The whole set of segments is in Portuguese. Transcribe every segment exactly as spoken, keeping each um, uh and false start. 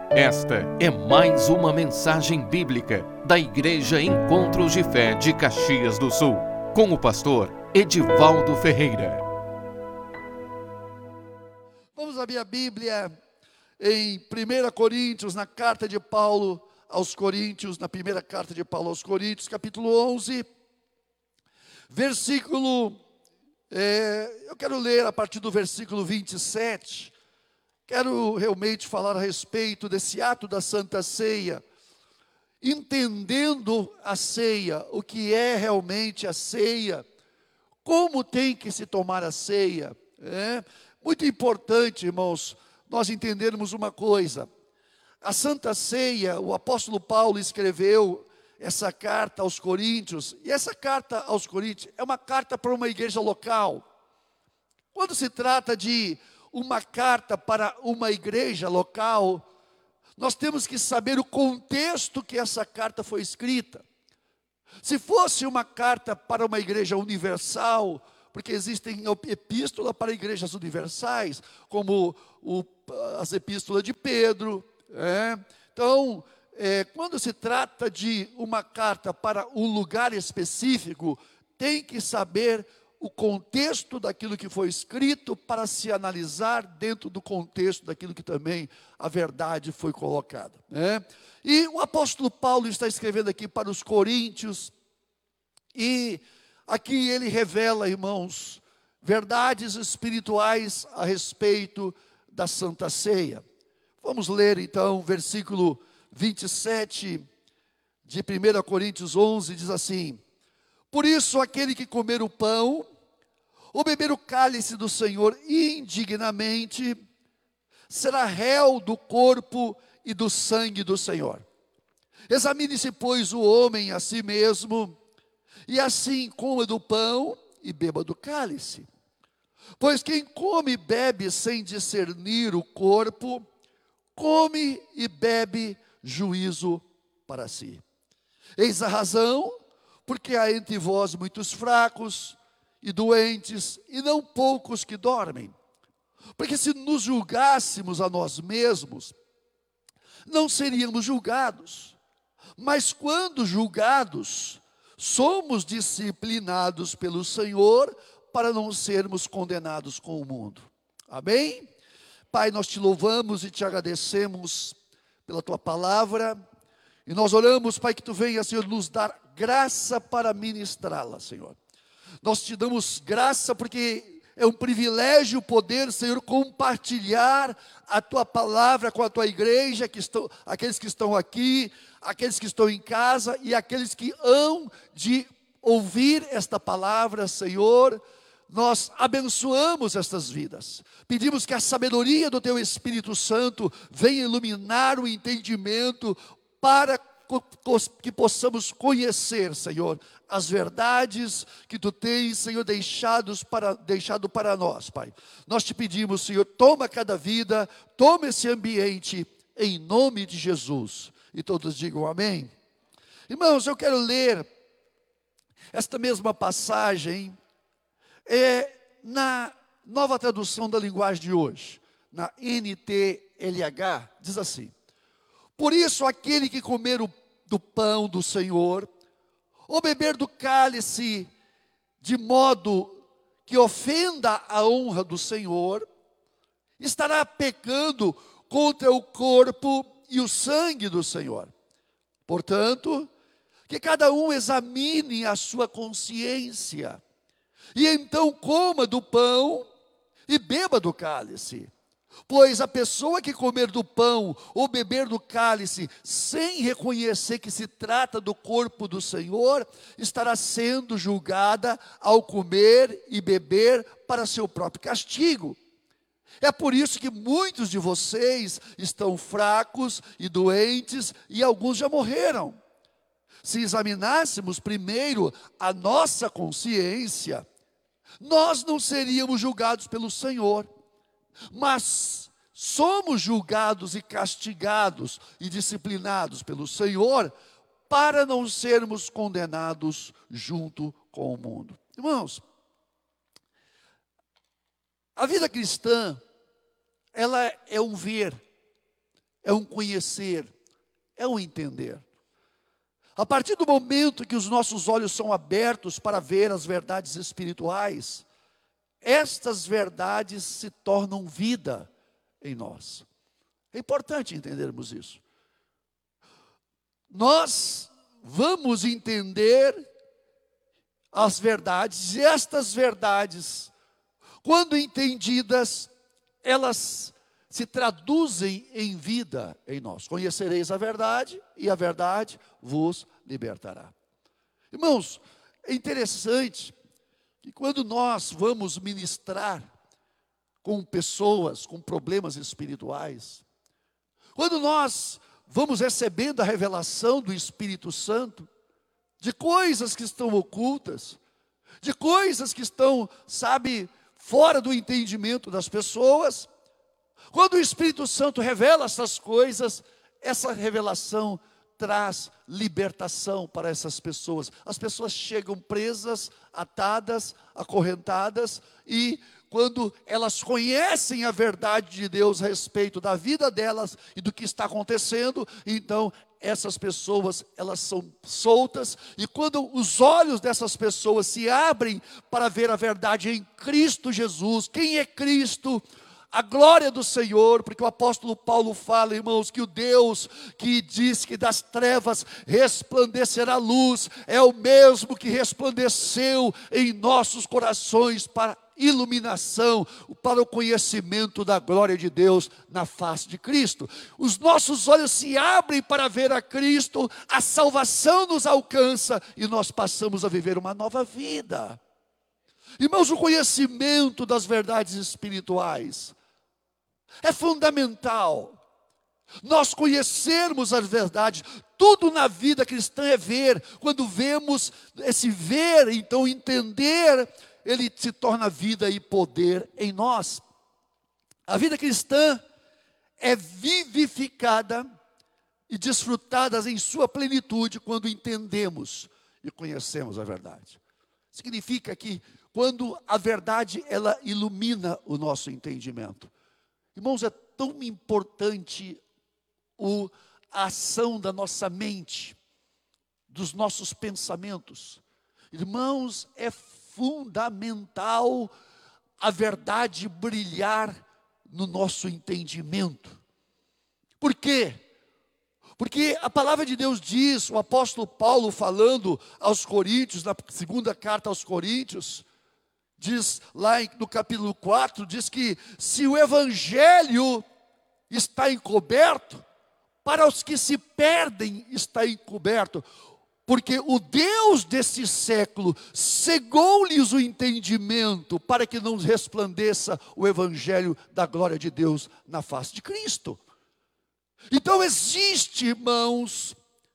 Esta é mais uma mensagem bíblica da Igreja Encontros de Fé de Caxias do Sul, com o pastor Edivaldo Ferreira. Vamos abrir a Bíblia em primeira Coríntios, na carta de Paulo aos Coríntios, na primeira carta de Paulo aos Coríntios, capítulo onze, versículo, é, eu quero ler a partir do versículo vinte e sete, quero realmente falar a respeito desse ato da Santa Ceia, entendendo a ceia, o que é realmente a ceia, como tem que se tomar a ceia. É muito importante, irmãos, nós entendermos uma coisa. A Santa Ceia, o apóstolo Paulo escreveu essa carta aos Coríntios, e essa carta aos Coríntios é uma carta para uma igreja local. Quando se trata de uma carta para uma igreja local, nós temos que saber o contexto que essa carta foi escrita. Se fosse uma carta para uma igreja universal, porque existem epístolas para igrejas universais, como o, as epístolas de Pedro. É. Então, é, quando se trata de uma carta para um lugar específico, tem que saber o contexto daquilo que foi escrito para se analisar dentro do contexto daquilo que também a verdade foi colocada. Né? E o apóstolo Paulo está escrevendo aqui para os Coríntios, e aqui ele revela, irmãos, verdades espirituais a respeito da Santa Ceia. Vamos ler então o versículo vinte e sete de primeira Coríntios onze, diz assim: por isso aquele que comer o pão, ou beber o cálice do Senhor indignamente, será réu do corpo e do sangue do Senhor. Examine-se, pois, o homem a si mesmo, e assim coma do pão e beba do cálice. Pois quem come e bebe sem discernir o corpo, come e bebe juízo para si. Eis a razão, porque há entre vós muitos fracos e doentes, e não poucos que dormem. Porque se nos julgássemos a nós mesmos, não seríamos julgados. Mas quando julgados, somos disciplinados pelo Senhor, para não sermos condenados com o mundo. Amém? Pai, nós te louvamos e te agradecemos pela tua palavra, e nós oramos, Pai, que tu venha, Senhor, nos dar graça para ministrá-la, Senhor. Nós te damos graça porque é um privilégio poder, Senhor, compartilhar a tua palavra com a tua igreja, que estão, aqueles que estão aqui, aqueles que estão em casa e aqueles que hão de ouvir esta palavra, Senhor. Nós abençoamos estas vidas, pedimos que a sabedoria do teu Espírito Santo venha iluminar o entendimento para que possamos conhecer, Senhor, as verdades que tu tens, Senhor, deixados para, deixado para nós, Pai. Nós te pedimos, Senhor, toma cada vida, toma esse ambiente, em nome de Jesus. E todos digam amém. Irmãos, eu quero ler esta mesma passagem, é, na nova tradução da linguagem de hoje, na N T L H, diz assim: por isso aquele que comer o, do pão do Senhor, ou beber do cálice, de modo que ofenda a honra do Senhor, estará pecando contra o corpo e o sangue do Senhor. Portanto, que cada um examine a sua consciência, e então coma do pão e beba do cálice. Pois a pessoa que comer do pão ou beber do cálice, sem reconhecer que se trata do corpo do Senhor, estará sendo julgada ao comer e beber para seu próprio castigo. É por isso que muitos de vocês estão fracos e doentes, e alguns já morreram. Se examinássemos primeiro a nossa consciência, nós não seríamos julgados pelo Senhor, mas somos julgados e castigados e disciplinados pelo Senhor, para não sermos condenados junto com o mundo. Irmãos, a vida cristã, ela é um ver, é um conhecer, é um entender. A partir do momento que os nossos olhos são abertos para ver as verdades espirituais, estas verdades se tornam vida em nós. É importante entendermos isso. Nós vamos entender as verdades, e estas verdades, quando entendidas, elas se traduzem em vida em nós. Conhecereis a verdade, e a verdade vos libertará. Irmãos, é interessante que quando nós vamos ministrar com pessoas com problemas espirituais, quando nós vamos recebendo a revelação do Espírito Santo, de coisas que estão ocultas, de coisas que estão, sabe, fora do entendimento das pessoas, quando o Espírito Santo revela essas coisas, essa revelação traz libertação para essas pessoas. As pessoas chegam presas, atadas, acorrentadas, e quando elas conhecem a verdade de Deus a respeito da vida delas e do que está acontecendo, então essas pessoas, elas são soltas, e quando os olhos dessas pessoas se abrem para ver a verdade em Cristo Jesus, quem é Cristo? A glória do Senhor, porque o apóstolo Paulo fala, irmãos, que o Deus que diz que das trevas resplandecerá a luz, é o mesmo que resplandeceu em nossos corações para iluminação, para o conhecimento da glória de Deus na face de Cristo. Os nossos olhos se abrem para ver a Cristo, a salvação nos alcança e nós passamos a viver uma nova vida. Irmãos, o conhecimento das verdades espirituais é fundamental. Nós conhecermos a verdade. Tudo na vida cristã é ver. Quando vemos, esse ver, então entender, ele se torna vida e poder em nós. A vida cristã é vivificada e desfrutada em sua plenitude quando entendemos e conhecemos a verdade. Significa que quando a verdade, ela ilumina o nosso entendimento. Irmãos, é tão importante o, a ação da nossa mente, dos nossos pensamentos. Irmãos, é fundamental a verdade brilhar no nosso entendimento. Por quê? Porque a palavra de Deus diz, o apóstolo Paulo falando aos Coríntios, na segunda carta aos Coríntios, diz lá no capítulo quatro, diz que se o evangelho está encoberto, para os que se perdem está encoberto, porque o Deus desse século cegou-lhes o entendimento para que não resplandeça o evangelho da glória de Deus na face de Cristo. Então existe, irmãos,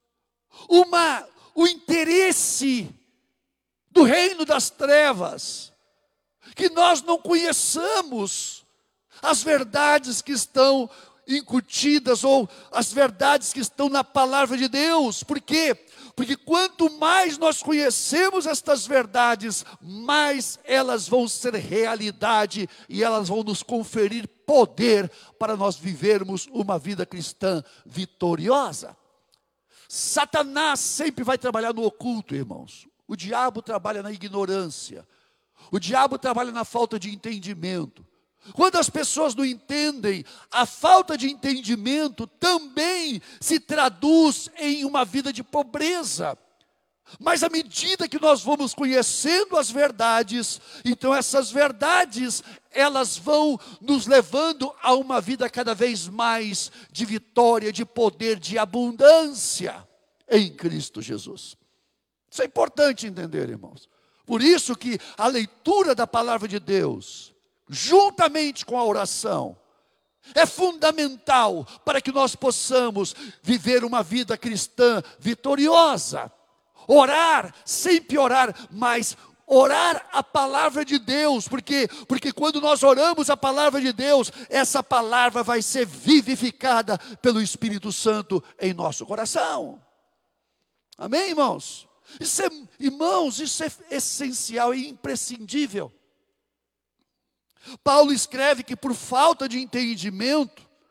uma, o interesse do reino das trevas, que nós não conheçamos as verdades que estão incutidas, ou as verdades que estão na palavra de Deus. Por quê? Porque quanto mais nós conhecemos estas verdades, mais elas vão ser realidade, e elas vão nos conferir poder para nós vivermos uma vida cristã vitoriosa. Satanás sempre vai trabalhar no oculto, irmãos. O diabo trabalha na ignorância. O diabo trabalha na falta de entendimento. Quando as pessoas não entendem, a falta de entendimento também se traduz em uma vida de pobreza. Mas à medida que nós vamos conhecendo as verdades, então essas verdades, elas vão nos levando a uma vida cada vez mais de vitória, de poder, de abundância em Cristo Jesus. Isso é importante entender, irmãos. Por isso que a leitura da palavra de Deus, juntamente com a oração, é fundamental para que nós possamos viver uma vida cristã vitoriosa. Orar, sempre orar, mas orar a palavra de Deus, porque, porque quando nós oramos a palavra de Deus, essa palavra vai ser vivificada pelo Espírito Santo em nosso coração. Amém, irmãos? Isso é, irmãos, isso é essencial e imprescindível. Paulo escreve que por falta de entendimento,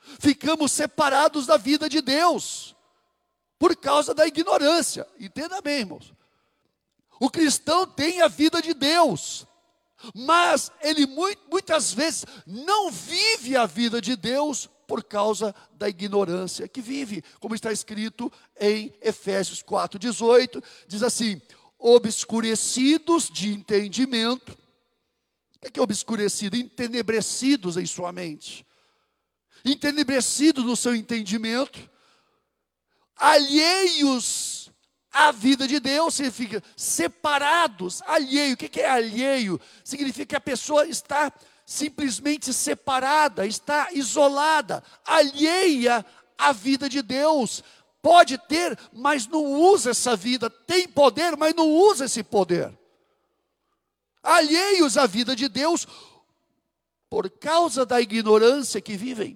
ficamos separados da vida de Deus, por causa da ignorância. Entenda bem, irmãos. O cristão tem a vida de Deus, mas ele muitas vezes não vive a vida de Deus por causa da ignorância que vive. Como está escrito em Efésios quatro, dezoito, diz assim: obscurecidos de entendimento. O que é obscurecido? Entenebrecidos em sua mente. Entenebrecidos no seu entendimento. Alheios à vida de Deus, significa separados, alheio. O que é alheio? Significa que a pessoa está simplesmente separada, está isolada, alheia à vida de Deus. Pode ter, mas não usa essa vida. Tem poder, mas não usa esse poder. Alheios à vida de Deus, por causa da ignorância que vivem.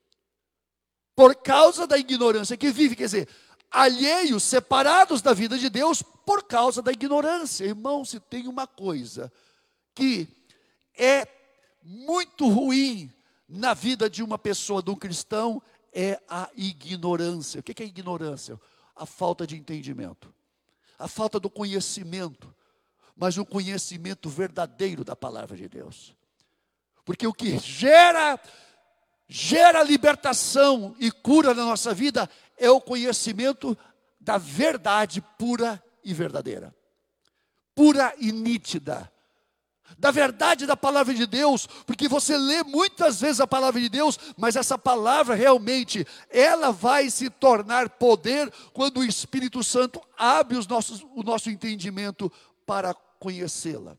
Por causa da ignorância que vivem, quer dizer, alheios, separados da vida de Deus, por causa da ignorância. Irmão, se tem uma coisa que é muito ruim na vida de uma pessoa, de um cristão, é a ignorância. O que é a ignorância? A falta de entendimento, a falta do conhecimento, mas o conhecimento verdadeiro da palavra de Deus. Porque o que gera, gera libertação e cura na nossa vida é o conhecimento da verdade pura e verdadeira, pura e nítida. Da verdade da palavra de Deus, porque você lê muitas vezes a palavra de Deus, mas essa palavra realmente, ela vai se tornar poder quando o Espírito Santo abre os nossos, o nosso entendimento para conhecê-la.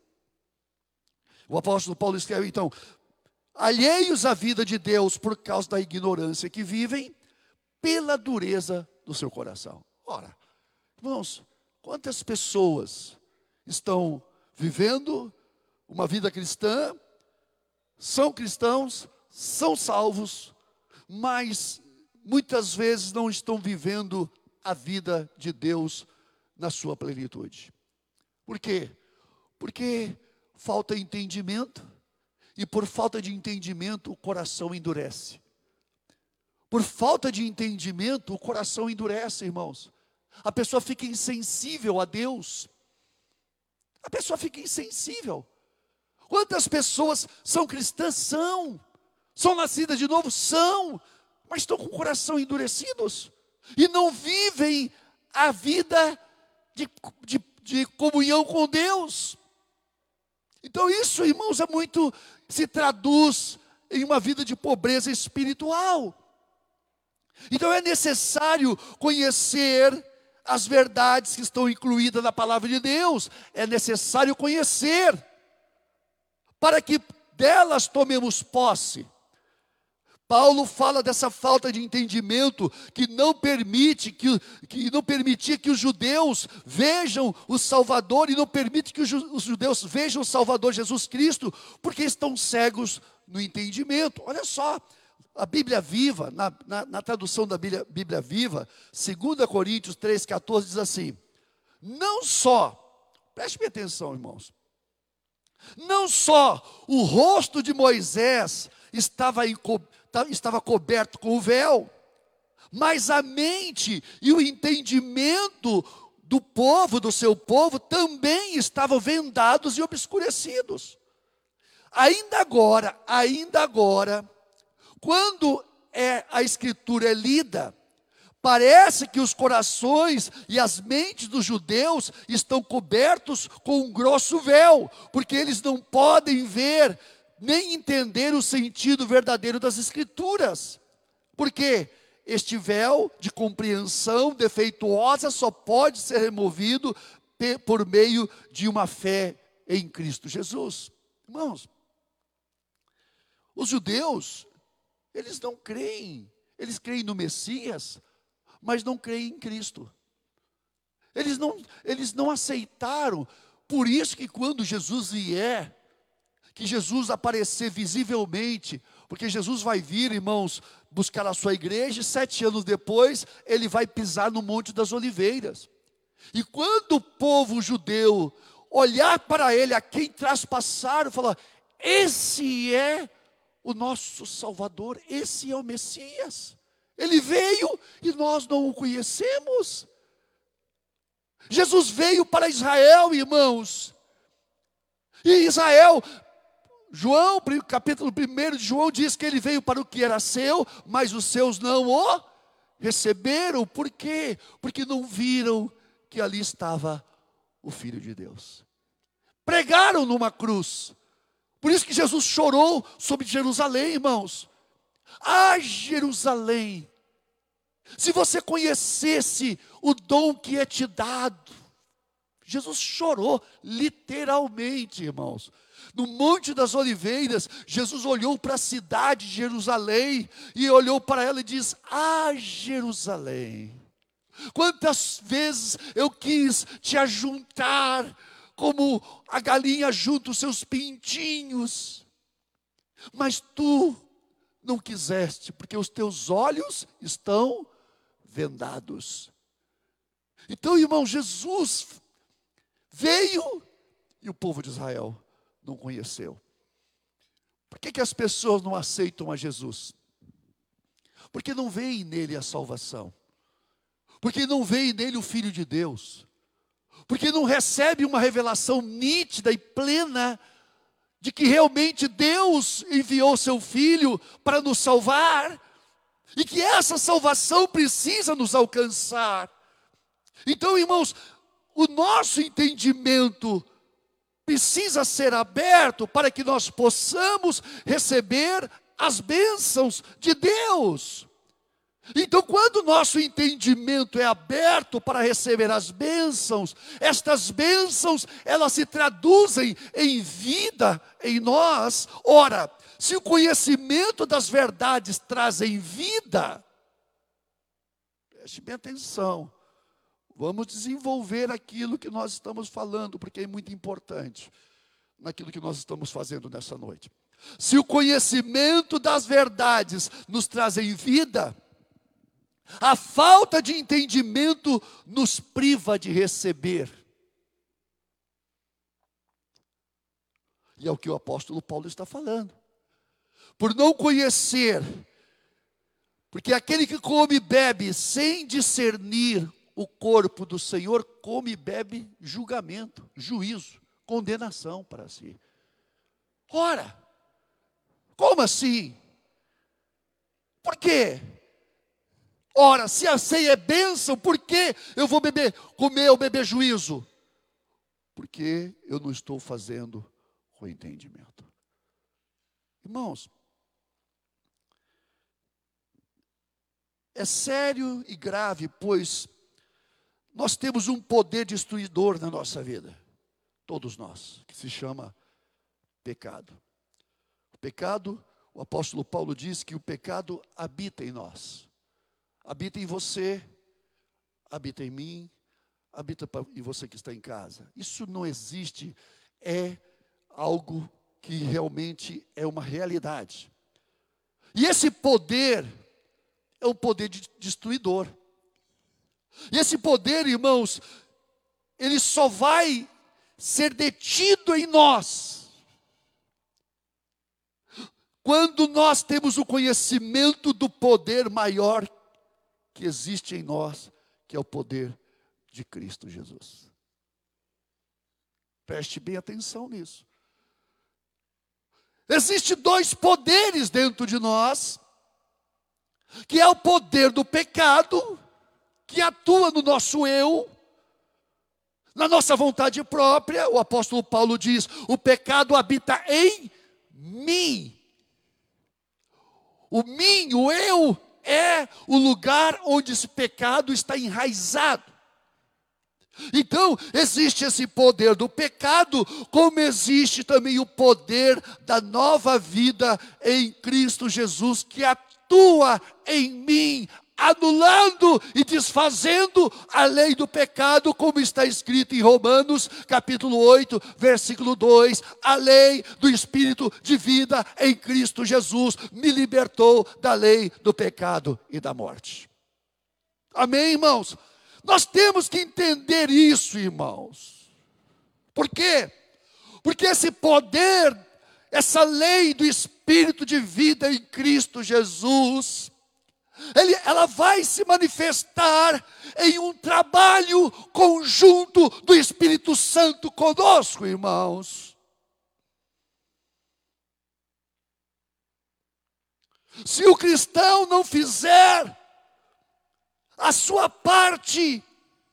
O apóstolo Paulo escreve então: alheios à vida de Deus por causa da ignorância que vivem, pela dureza do seu coração. Ora, irmãos, quantas pessoas estão vivendo uma vida cristã, são cristãos, são salvos, mas muitas vezes não estão vivendo a vida de Deus na sua plenitude. Por quê? Porque falta entendimento, e por falta de entendimento o coração endurece. Por falta de entendimento o coração endurece, irmãos. A pessoa fica insensível a Deus. A pessoa fica insensível. Quantas pessoas são cristãs? São. São nascidas de novo? São. Mas estão com o coração endurecidos. E não vivem a vida de, de, de comunhão com Deus. Então isso, irmãos, é muito, se traduz em uma vida de pobreza espiritual. Então é necessário conhecer as verdades que estão incluídas na palavra de Deus. É necessário conhecer, para que delas tomemos posse. Paulo fala dessa falta de entendimento que não permite que, que não permitia que os judeus vejam o Salvador, e não permite que os judeus vejam o Salvador Jesus Cristo, porque estão cegos no entendimento. Olha só, a Bíblia Viva, na, na, na tradução da Bíblia, Bíblia Viva, dois Coríntios três, quatorze, diz assim: não só, preste bem atenção, irmãos, não só o rosto de Moisés estava, em, estava coberto com o véu, mas a mente e o entendimento do povo, do seu povo, também estavam vendados e obscurecidos. Ainda agora, ainda agora, quando é, a Escritura é lida, parece que os corações e as mentes dos judeus estão cobertos com um grosso véu, porque eles não podem ver nem entender o sentido verdadeiro das Escrituras. Porque este véu de compreensão defeituosa só pode ser removido por meio de uma fé em Cristo Jesus. Irmãos, os judeus, eles não creem, eles creem no Messias, mas não creem em Cristo. Eles não, eles não aceitaram. Por isso que quando Jesus vier, que Jesus aparecer visivelmente, porque Jesus vai vir, irmãos, buscar a sua igreja, e sete anos depois, ele vai pisar no Monte das Oliveiras. E quando o povo judeu olhar para ele, a quem traspassaram, falar: esse é o nosso Salvador, esse é o Messias. Ele veio e nós não o conhecemos. Jesus veio para Israel, irmãos. E Israel, João, capítulo primeiro de João, diz que ele veio para o que era seu, mas os seus não o receberam. Por quê? Porque não viram que ali estava o Filho de Deus. Pregaram numa cruz. Por isso que Jesus chorou sobre Jerusalém, irmãos. Ah, Jerusalém, se você conhecesse o dom que é te dado. Jesus chorou, literalmente, irmãos. No Monte das Oliveiras, Jesus olhou para a cidade de Jerusalém, e olhou para ela e diz: ah, Jerusalém, quantas vezes eu quis te ajuntar, como a galinha junta os seus pintinhos, mas tu não quiseste, porque os teus olhos estão vendados. Então, irmão, Jesus veio e o povo de Israel não conheceu. Por que que as pessoas não aceitam a Jesus? Porque não veem nele a salvação. Porque não veem nele o Filho de Deus. Porque não recebe uma revelação nítida e plena de que realmente Deus enviou seu Filho para nos salvar, e que essa salvação precisa nos alcançar. Então, irmãos, o nosso entendimento precisa ser aberto para que nós possamos receber as bênçãos de Deus. Então, quando o nosso entendimento é aberto para receber as bênçãos, estas bênçãos, elas se traduzem em vida em nós. Ora, se o conhecimento das verdades trazem vida, preste bem atenção, vamos desenvolver aquilo que nós estamos falando, porque é muito importante naquilo que nós estamos fazendo nessa noite. Se o conhecimento das verdades nos trazem vida, a falta de entendimento nos priva de receber. E é o que o apóstolo Paulo está falando. Por não conhecer, porque aquele que come e bebe sem discernir o corpo do Senhor, come e bebe julgamento, juízo, condenação para si. Ora, como assim? Por quê? Ora, se a ceia é bênção, por que eu vou beber, comer ou beber juízo? Porque eu não estou fazendo com entendimento. Irmãos, é sério e grave, pois nós temos um poder destruidor na nossa vida, todos nós, que se chama pecado. O pecado, o apóstolo Paulo diz que o pecado habita em nós. Habita em você, habita em mim, habita em você que está em casa. Isso não existe, é algo que realmente é uma realidade. E esse poder é um poder destruidor. E esse poder, irmãos, ele só vai ser detido em nós quando nós temos o conhecimento do poder maior que existe em nós, que é o poder de Cristo Jesus. Preste bem atenção nisso. Existem dois poderes dentro de nós, que é o poder do pecado, que atua no nosso eu, na nossa vontade própria. O apóstolo Paulo diz: o pecado habita em mim. O mim, o eu, é o lugar onde esse pecado está enraizado. Então, existe esse poder do pecado, como existe também o poder da nova vida em Cristo Jesus, que atua em mim, anulando e desfazendo a lei do pecado, como está escrito em Romanos, capítulo oito, versículo dois. A lei do Espírito de vida em Cristo Jesus me libertou da lei do pecado e da morte. Amém, irmãos? Nós temos que entender isso, irmãos. Por quê? Porque esse poder, essa lei do Espírito de vida em Cristo Jesus, ele, ela vai se manifestar em um trabalho conjunto do Espírito Santo conosco, irmãos. Se o cristão não fizer a sua parte,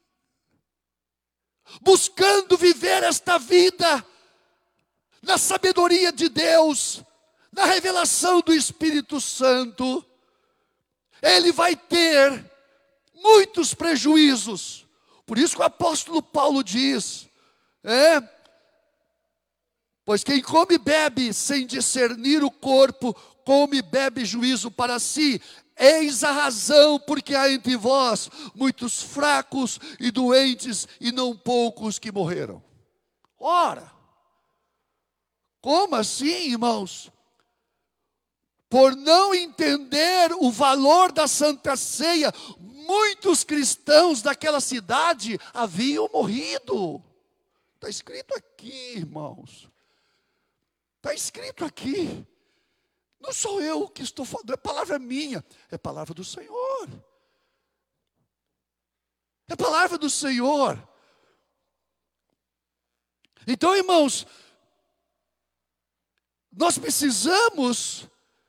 buscando viver esta vida na sabedoria de Deus, na revelação do Espírito Santo, ele vai ter muitos prejuízos. Por isso que o apóstolo Paulo diz, é, pois quem come e bebe sem discernir o corpo, come e bebe juízo para si. Eis a razão porque há entre vós muitos fracos e doentes e não poucos que morreram. Ora, como assim, irmãos? Por não entender o valor da Santa Ceia, muitos cristãos daquela cidade haviam morrido. Está escrito aqui, irmãos. Está escrito aqui. Não sou eu que estou falando, é palavra minha, é palavra do Senhor. É palavra do Senhor. Então, irmãos, nós precisamos,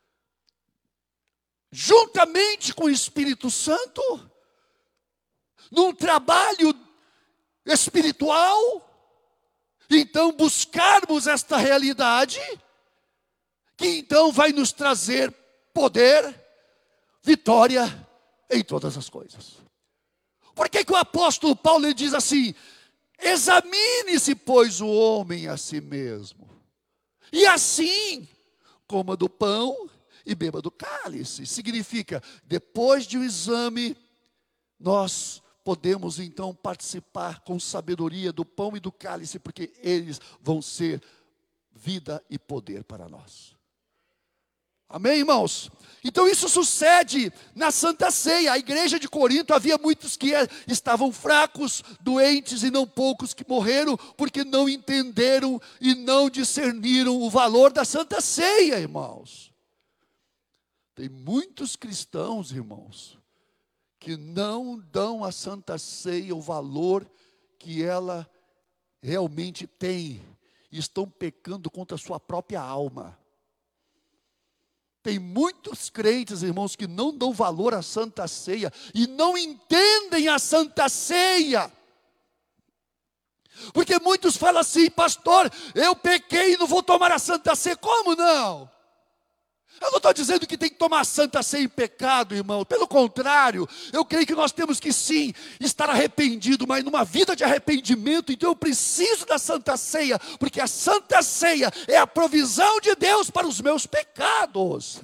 juntamente com o Espírito Santo, num trabalho espiritual, então buscarmos esta realidade, que então vai nos trazer poder, vitória em todas as coisas. Por que que o apóstolo Paulo ele diz assim, examine-se, pois, o homem a si mesmo, e assim coma do pão e beba do cálice. Significa, depois de um exame, nós podemos então participar com sabedoria do pão e do cálice, porque eles vão ser vida e poder para nós. Amém, irmãos? Então isso sucede na Santa Ceia. A igreja de Corinto havia muitos que estavam fracos, doentes e não poucos que morreram, porque não entenderam e não discerniram o valor da Santa Ceia, irmãos. Tem muitos cristãos, irmãos, que não dão à Santa Ceia o valor que ela realmente tem, e estão pecando contra a sua própria alma. Tem muitos crentes, irmãos, que não dão valor à Santa Ceia e não entendem a Santa Ceia. Porque muitos falam assim, pastor, eu pequei e não vou tomar a Santa Ceia. Como não? Eu não estou dizendo que tem que tomar a Santa Ceia em pecado, irmão. Pelo contrário, eu creio que nós temos que sim, estar arrependido, mas numa vida de arrependimento. Então eu preciso da Santa Ceia, porque a Santa Ceia é a provisão de Deus para os meus pecados.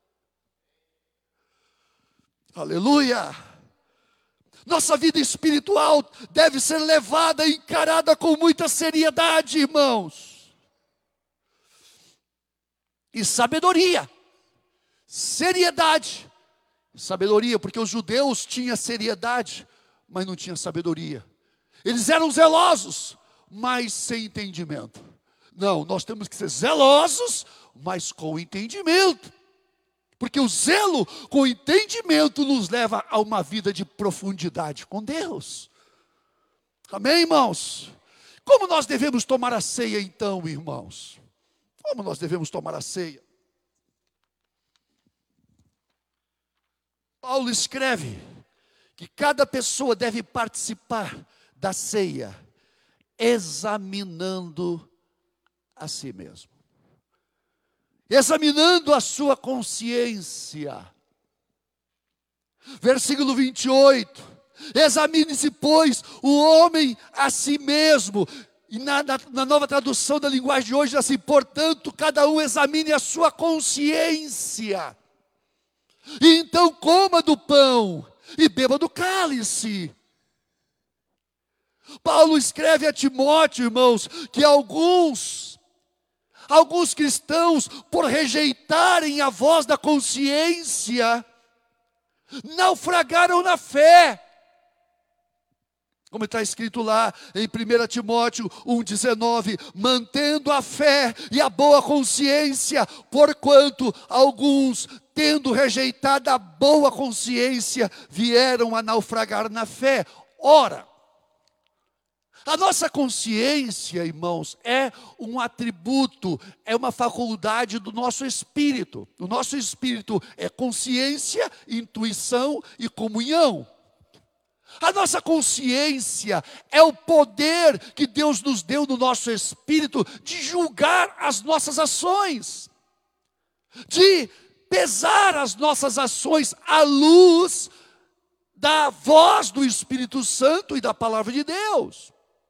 Aleluia! Nossa vida espiritual deve ser levada e encarada com muita seriedade, irmãos. E sabedoria. Seriedade, sabedoria, porque os judeus tinham seriedade, mas não tinham sabedoria. Eles eram zelosos, mas sem entendimento. Não, nós temos que ser zelosos, mas com entendimento. Porque o zelo com entendimento nos leva a uma vida de profundidade com Deus. Amém, irmãos? Como nós devemos tomar a ceia então, irmãos? Como nós devemos tomar a ceia? Paulo escreve que cada pessoa deve participar da ceia, examinando a si mesmo. Examinando a sua consciência. Versículo vinte e oito. Examine-se, pois, o homem a si mesmo. E na, na, na nova tradução da linguagem de hoje, diz assim, portanto, cada um examine a sua consciência. E então coma do pão e beba do cálice. Paulo escreve a Timóteo, irmãos, que alguns, alguns cristãos, por rejeitarem a voz da consciência, naufragaram na fé. Como está escrito lá em primeira Timóteo um, dezenove, mantendo a fé e a boa consciência, porquanto alguns, tendo rejeitado a boa consciência, vieram a naufragar na fé. Ora, a nossa consciência, irmãos, é um atributo, é uma faculdade do nosso espírito. O nosso espírito é consciência, intuição e comunhão. A nossa consciência é o poder que Deus nos deu no nosso espírito de julgar as nossas ações, de pesar as nossas ações à luz da voz do Espírito Santo e da palavra de Deus.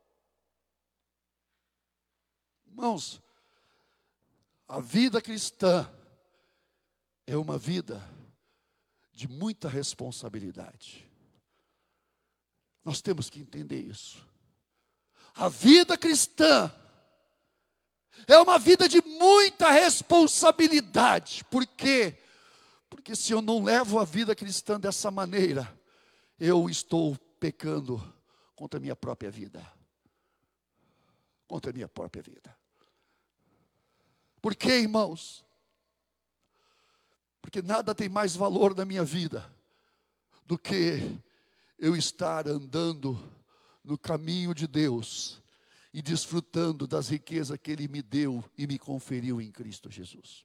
Irmãos, a vida cristã é uma vida de muita responsabilidade. Nós temos que entender isso. A vida cristã é uma vida de muita responsabilidade. Por quê? Porque se eu não levo a vida cristã dessa maneira, eu estou pecando contra a minha própria vida. Contra a minha própria vida. Por quê, irmãos? Porque nada tem mais valor na minha vida do que eu estar andando no caminho de Deus e desfrutando das riquezas que Ele me deu e me conferiu em Cristo Jesus.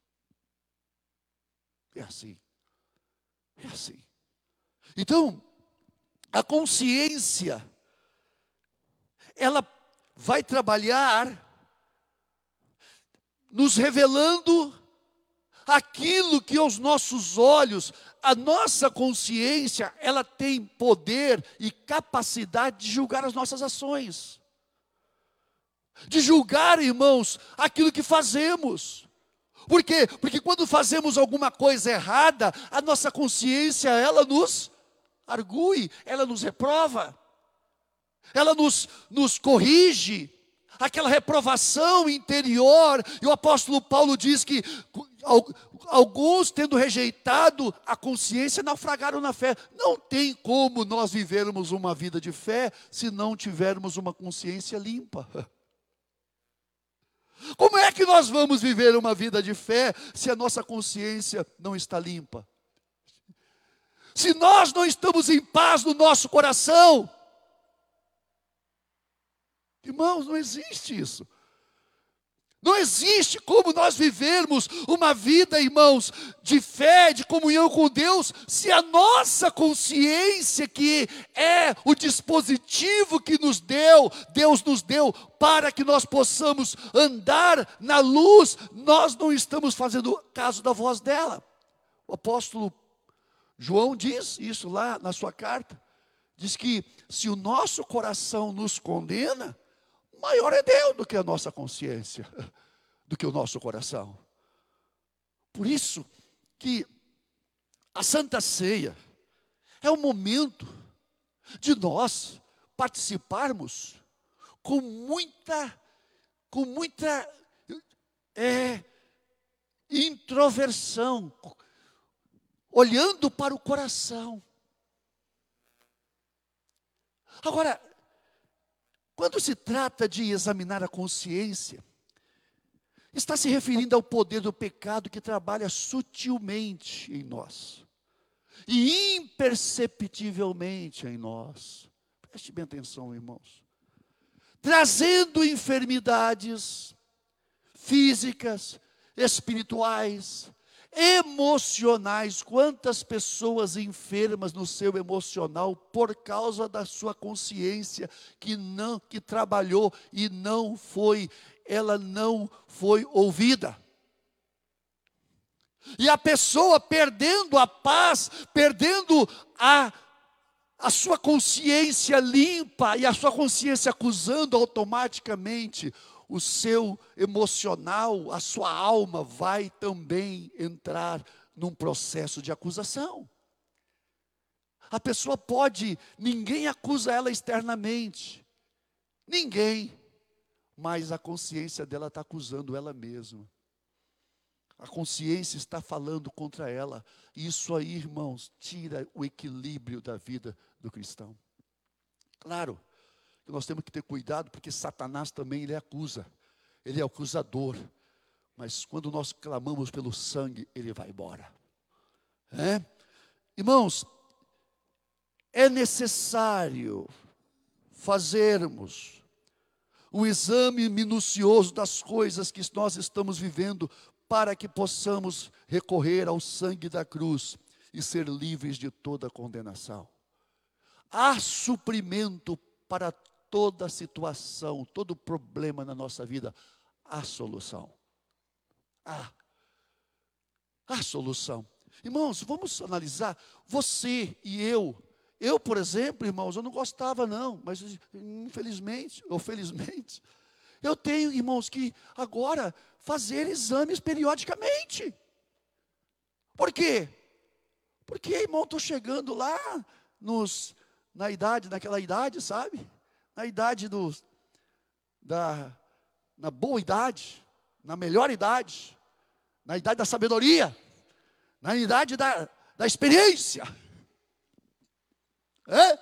É assim. É assim. Então, a consciência, ela vai trabalhar nos revelando aquilo que aos nossos olhos, a nossa consciência, ela tem poder e capacidade de julgar as nossas ações. De julgar, irmãos, aquilo que fazemos. Por quê? Porque quando fazemos alguma coisa errada, a nossa consciência, ela nos argue, ela nos reprova. Ela nos, nos corrige. Aquela reprovação interior, e o apóstolo Paulo diz que alguns, tendo rejeitado a consciência, naufragaram na fé. Não tem como nós vivermos uma vida de fé se não tivermos uma consciência limpa. Como é que nós vamos viver uma vida de fé se a nossa consciência não está limpa? Se nós não estamos em paz no nosso coração? Irmãos, não existe isso. Não existe como nós vivermos uma vida, irmãos, de fé, de comunhão com Deus, se a nossa consciência, que é o dispositivo que nos deu, Deus nos deu, para que nós possamos andar na luz, nós não estamos fazendo caso da voz dela. O apóstolo João diz isso lá na sua carta, diz que se o nosso coração nos condena, maior é Deus do que a nossa consciência, do que o nosso coração. Por isso que a Santa Ceia é o momento de nós participarmos com muita, com muita é, introversão, olhando para o coração. Agora, quando se trata de examinar a consciência, está se referindo ao poder do pecado que trabalha sutilmente em nós e imperceptivelmente em nós. Preste bem atenção, irmãos. Trazendo enfermidades físicas, espirituais, emocionais. Quantas pessoas enfermas no seu emocional por causa da sua consciência que não, que trabalhou e não foi, ela não foi ouvida. E a pessoa perdendo a paz, perdendo a a sua consciência limpa e a sua consciência acusando, automaticamente o seu emocional, a sua alma vai também entrar num processo de acusação. A pessoa pode, ninguém acusa ela externamente, ninguém, mas a consciência dela está acusando ela mesma. A consciência está falando contra ela. Isso aí, irmãos, tira o equilíbrio da vida do cristão. Claro que nós temos que ter cuidado, porque Satanás também ele acusa, ele é acusador. Mas quando nós clamamos pelo sangue, ele vai embora. É? Irmãos, é necessário fazermos um exame minucioso das coisas que nós estamos vivendo, para que possamos recorrer ao sangue da cruz e ser livres de toda condenação. Há suprimento para toda situação, todo problema na nossa vida. Há solução. Há. Há solução. Irmãos, vamos analisar. Você e eu. Eu, por exemplo, irmãos, eu não gostava não, mas infelizmente, ou felizmente, eu tenho, irmãos, que agora fazer exames periodicamente. Por quê? Porque, irmão, estou chegando lá nos, na idade, naquela idade, sabe? Na idade dos, da, na boa idade, na melhor idade, na idade da sabedoria, na idade da, da experiência. É?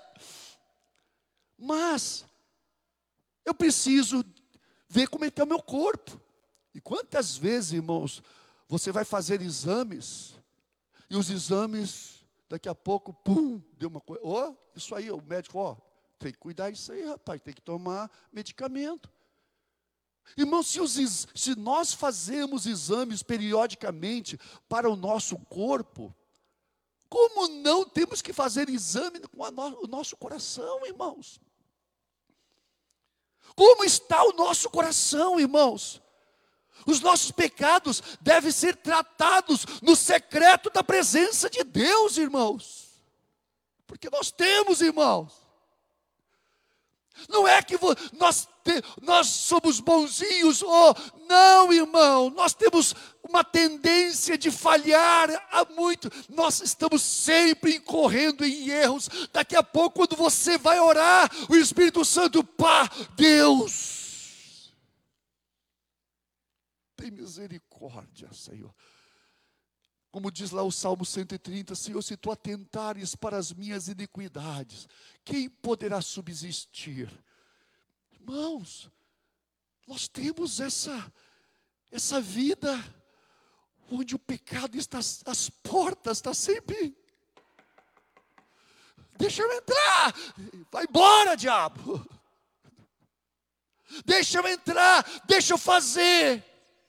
Mas eu preciso ver como é que é o meu corpo. E quantas vezes, irmãos, você vai fazer exames, e os exames, daqui a pouco, pum, deu uma coisa. Ó, oh, isso aí, o médico, ó, oh, tem que cuidar disso aí, rapaz, tem que tomar medicamento. Irmãos, se, os, se nós fazemos exames periodicamente para o nosso corpo, como não temos que fazer exame com a no, o nosso coração, irmãos? Como está o nosso coração, irmãos? Os nossos pecados devem ser tratados no secreto da presença de Deus, irmãos. Porque nós temos, irmãos. Não é que nós, te, nós somos bonzinhos, oh, não, irmão. Nós temos uma tendência de falhar há muito. Nós estamos sempre incorrendo em erros. Daqui a pouco, quando você vai orar, o Espírito Santo, pá, Deus, tem misericórdia, Senhor. Como diz lá o Salmo cento e trinta, Senhor, se tu atentares para as minhas iniquidades, quem poderá subsistir? Irmãos, nós temos essa, essa vida onde o pecado está, as portas está sempre. Deixa eu entrar, vai embora, diabo. Deixa eu entrar, deixa eu fazer.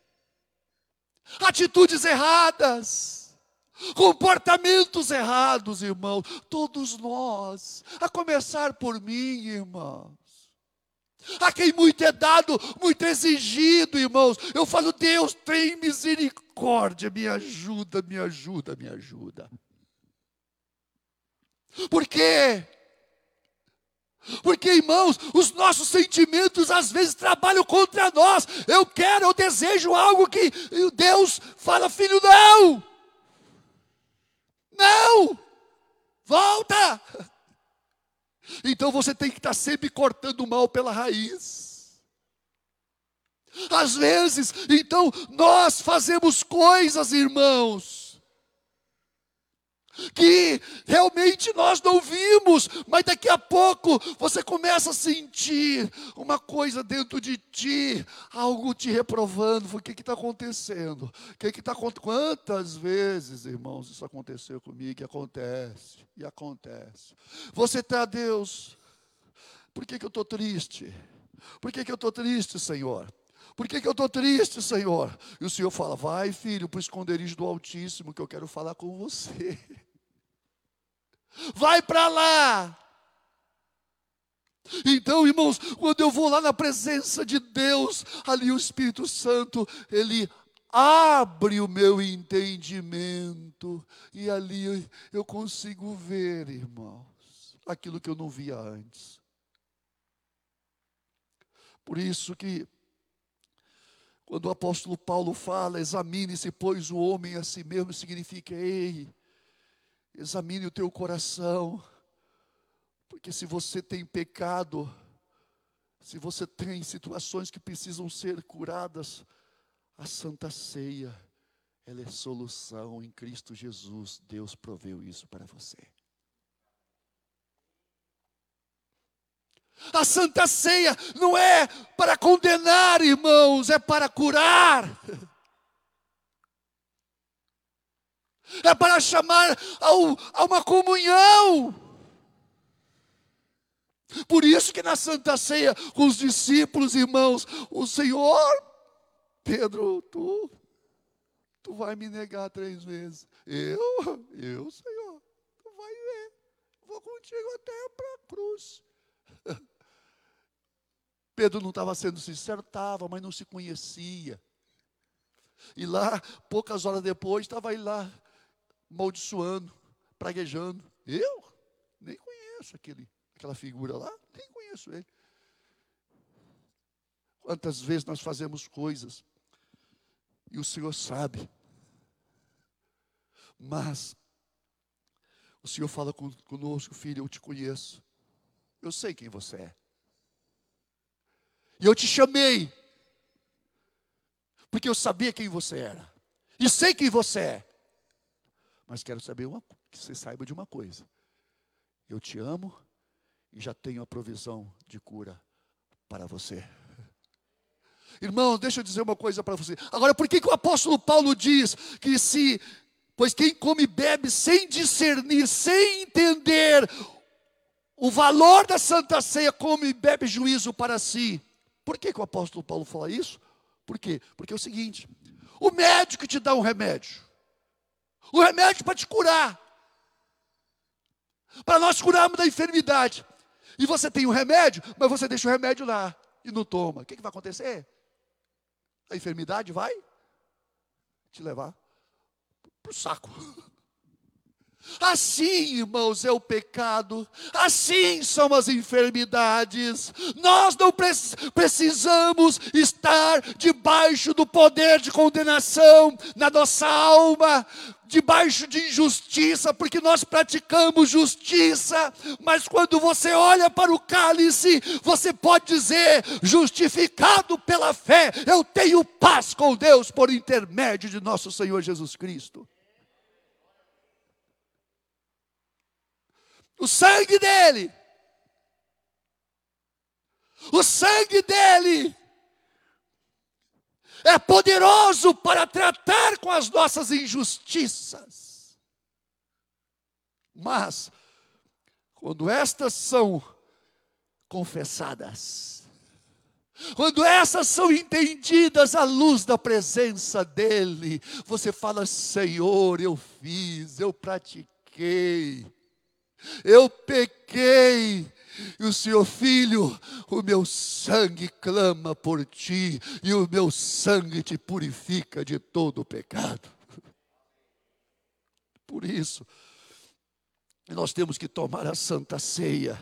Atitudes erradas, comportamentos errados, irmãos, todos nós, a começar por mim, irmãos. A quem muito é dado, muito é exigido, irmãos. Eu falo, Deus, tem misericórdia, me ajuda, me ajuda, me ajuda. Por quê? Porque, irmãos, os nossos sentimentos às vezes trabalham contra nós. Eu quero, eu desejo algo que Deus fala, filho, não. Não. Volta. Então você tem que estar sempre cortando o mal pela raiz. Às vezes, então, nós fazemos coisas, irmãos, que realmente nós não vimos, mas daqui a pouco você começa a sentir uma coisa dentro de ti, algo te reprovando. O que está acontecendo? O que está acontecendo? Quantas vezes, irmãos, isso aconteceu comigo? E acontece, e acontece. Você está, Deus, por que, que eu estou triste? Por que, que eu estou triste, Senhor? Por que, que eu estou triste, Senhor? E o Senhor fala, vai, filho, para o esconderijo do Altíssimo, que eu quero falar com você. Vai para lá. Então, irmãos, quando eu vou lá na presença de Deus, ali o Espírito Santo, Ele abre o meu entendimento, e ali eu consigo ver, irmãos, aquilo que eu não via antes. Por isso que, quando o apóstolo Paulo fala, examine-se, pois, o homem a si mesmo, significa, ei, examine o teu coração, porque se você tem pecado, se você tem situações que precisam ser curadas, a Santa Ceia, ela é solução em Cristo Jesus. Deus proveu isso para você. A Santa Ceia não é para condenar, irmãos, é para curar. É para chamar ao, a uma comunhão. Por isso que na Santa Ceia, com os discípulos, irmãos, o Senhor, Pedro, tu, tu vai me negar três vezes. Eu, eu, Senhor, tu vai ver. Vou contigo até para a cruz. Pedro não estava sendo sincero, estava, mas não se conhecia. E lá, poucas horas depois, estava ele lá, amaldiçoando, praguejando. Eu nem conheço aquele, aquela figura lá, nem conheço ele. Quantas vezes nós fazemos coisas, e o Senhor sabe. Mas, o Senhor fala conosco, filho, eu te conheço. Eu sei quem você é. E eu te chamei, porque eu sabia quem você era. E sei quem você é. Mas quero saber uma, que você saiba de uma coisa. Eu te amo e já tenho a provisão de cura para você. Irmão, deixa eu dizer uma coisa para você. Agora, por que, que o apóstolo Paulo diz que se... Pois quem come e bebe sem discernir, sem entender o valor da Santa Ceia, come e bebe juízo para si. Por que, que o apóstolo Paulo fala isso? Por quê? Porque é o seguinte, o médico te dá um remédio. O remédio para te curar. Para nós curarmos da enfermidade. E você tem o remédio, mas você deixa o remédio lá e não toma. O que, que vai acontecer? A enfermidade vai te levar para o saco. Assim, irmãos, é o pecado. Assim são as enfermidades. Nós não precisamos estar debaixo do poder de condenação na nossa alma, debaixo de injustiça, porque nós praticamos justiça. Mas quando você olha para o cálice, você pode dizer, justificado pela fé, eu tenho paz com Deus por intermédio de nosso Senhor Jesus Cristo. O sangue dele, o sangue dele é poderoso para tratar com as nossas injustiças. Mas, quando estas são confessadas, quando essas são entendidas à luz da presença dele, você fala, Senhor, eu fiz, eu pratiquei. Eu pequei, e o Senhor, filho, o meu sangue clama por ti, e o meu sangue te purifica de todo o pecado. Por isso, nós temos que tomar a Santa Ceia,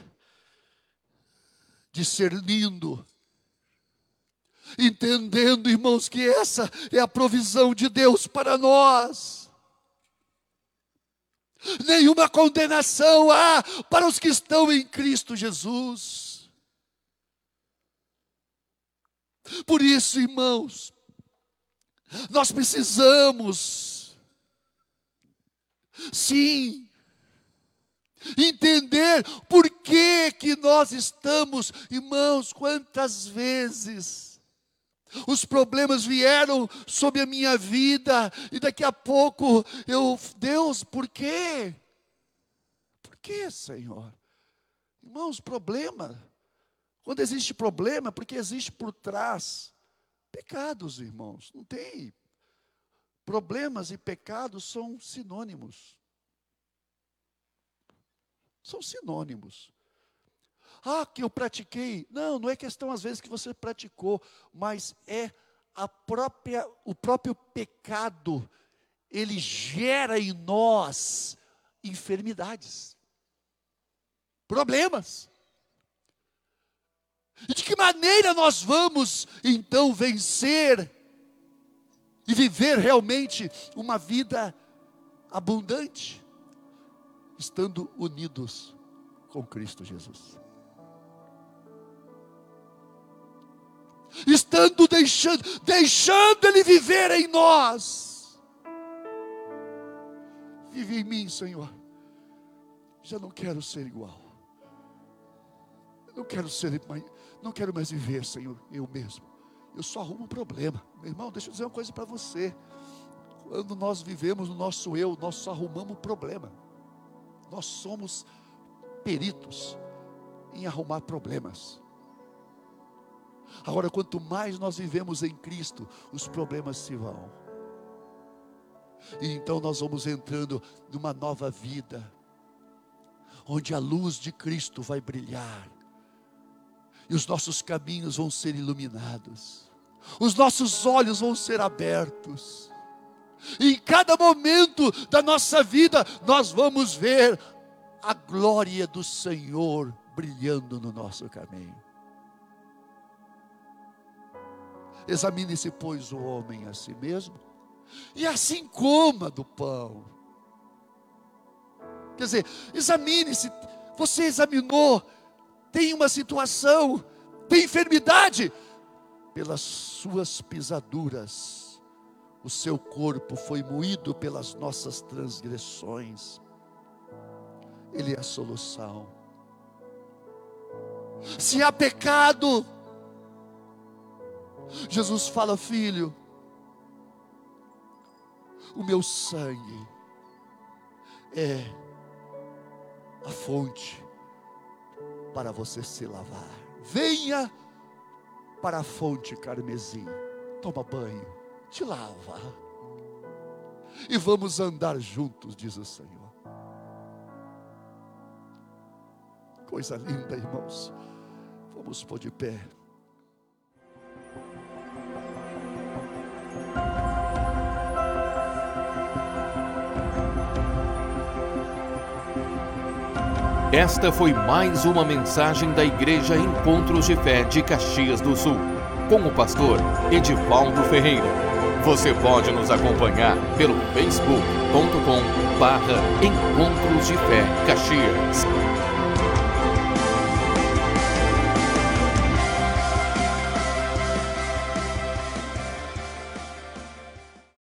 discernindo, entendendo, irmãos, que essa é a provisão de Deus para nós. Nenhuma condenação há para os que estão em Cristo Jesus. Por isso, irmãos, nós precisamos, sim, entender por que que nós estamos, irmãos, quantas vezes os problemas vieram sobre a minha vida, e daqui a pouco eu, Deus, por quê? Por quê, Senhor? Irmãos, problema, quando existe problema, porque existe por trás pecados, irmãos, não tem. Problemas e pecados são sinônimos. São sinônimos. Ah, que eu pratiquei. Não, não é questão às vezes que você praticou, mas é a própria, o próprio pecado, ele gera em nós enfermidades, problemas. E de que maneira nós vamos então vencer e viver realmente uma vida abundante? Estando unidos com Cristo Jesus. Estando deixando, deixando Ele viver em nós. Vive em mim, Senhor. Já não quero ser igual. Não quero ser, não quero mais viver, Senhor, eu mesmo. Eu só arrumo um problema. Meu irmão, deixa eu dizer uma coisa para você. Quando nós vivemos no nosso eu, nós só arrumamos um problema. Nós somos peritos em arrumar problemas. Agora, quanto mais nós vivemos em Cristo, os problemas se vão. E então nós vamos entrando numa nova vida, onde a luz de Cristo vai brilhar, e os nossos caminhos vão ser iluminados, os nossos olhos vão ser abertos, e em cada momento da nossa vida, nós vamos ver a glória do Senhor brilhando no nosso caminho. Examine-se, pois, o homem a si mesmo, e assim coma do pão. Quer dizer, examine-se. Você examinou, tem uma situação, tem enfermidade, pelas suas pisaduras o seu corpo foi moído, pelas nossas transgressões Ele é a solução. Se há pecado, Jesus fala: filho, o meu sangue é a fonte para você se lavar. Venha para a fonte carmesim, toma banho, te lava, e vamos andar juntos, diz o Senhor. Coisa linda, irmãos. Vamos pôr de pé. Esta foi mais uma mensagem da Igreja Encontros de Fé de Caxias do Sul, com o pastor Edivaldo Ferreira. Você pode nos acompanhar pelo facebook ponto com barra Encontros de Fé Caxias.